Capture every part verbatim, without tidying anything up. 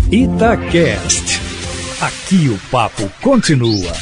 Itacast. Aqui o papo continua.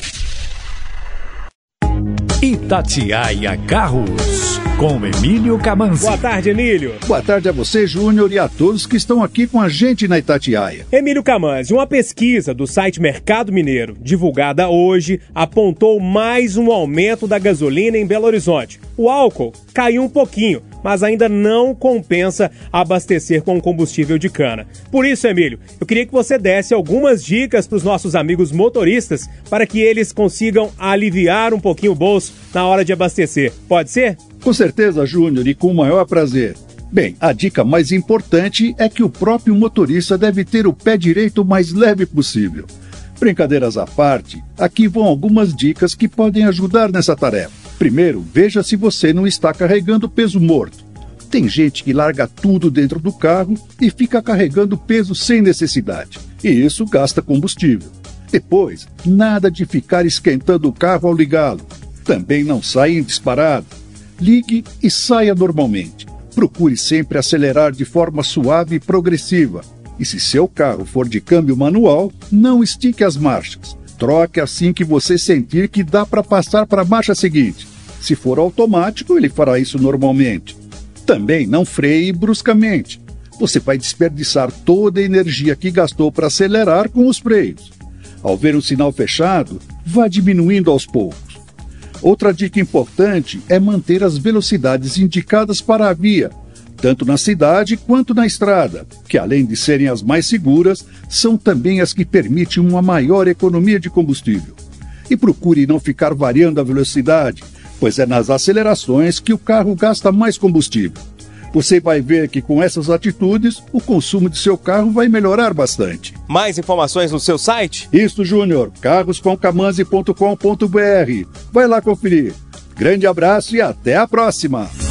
Itatiaia Carros, com Emílio Camanzi. Boa tarde, Emílio. Boa tarde a você, Júnior, e a todos que estão aqui com a gente na Itatiaia. Emílio Camanzi, uma pesquisa do site Mercado Mineiro, divulgada hoje, apontou mais um aumento da gasolina em Belo Horizonte. O álcool caiu um pouquinho, mas ainda não compensa abastecer com combustível de cana. Por isso, Emílio, eu queria que você desse algumas dicas para os nossos amigos motoristas para que eles consigam aliviar um pouquinho o bolso na hora de abastecer. Pode ser? Com certeza, Júnior, e com o maior prazer. Bem, a dica mais importante é que o próprio motorista deve ter o pé direito o mais leve possível. Brincadeiras à parte, aqui vão algumas dicas que podem ajudar nessa tarefa. Primeiro, veja se você não está carregando peso morto. Tem gente que larga tudo dentro do carro e fica carregando peso sem necessidade, e isso gasta combustível. Depois, nada de ficar esquentando o carro ao ligá-lo. Também não saia em disparado. Ligue e saia normalmente. Procure sempre acelerar de forma suave e progressiva. E se seu carro for de câmbio manual, não estique as marchas. Troque assim que você sentir que dá para passar para a marcha seguinte. Se for automático, ele fará isso normalmente. Também não freie bruscamente. Você vai desperdiçar toda a energia que gastou para acelerar com os freios. Ao ver um sinal fechado, vá diminuindo aos poucos. Outra dica importante é manter as velocidades indicadas para a via, tanto na cidade quanto na estrada, que além de serem as mais seguras, são também as que permitem uma maior economia de combustível. E procure não ficar variando a velocidade, pois é nas acelerações que o carro gasta mais combustível. Você vai ver que com essas atitudes, o consumo de seu carro vai melhorar bastante. Mais informações no seu site? Isso, Júnior, carros com camanzi ponto com ponto b r. Vai lá conferir. Grande abraço e até a próxima!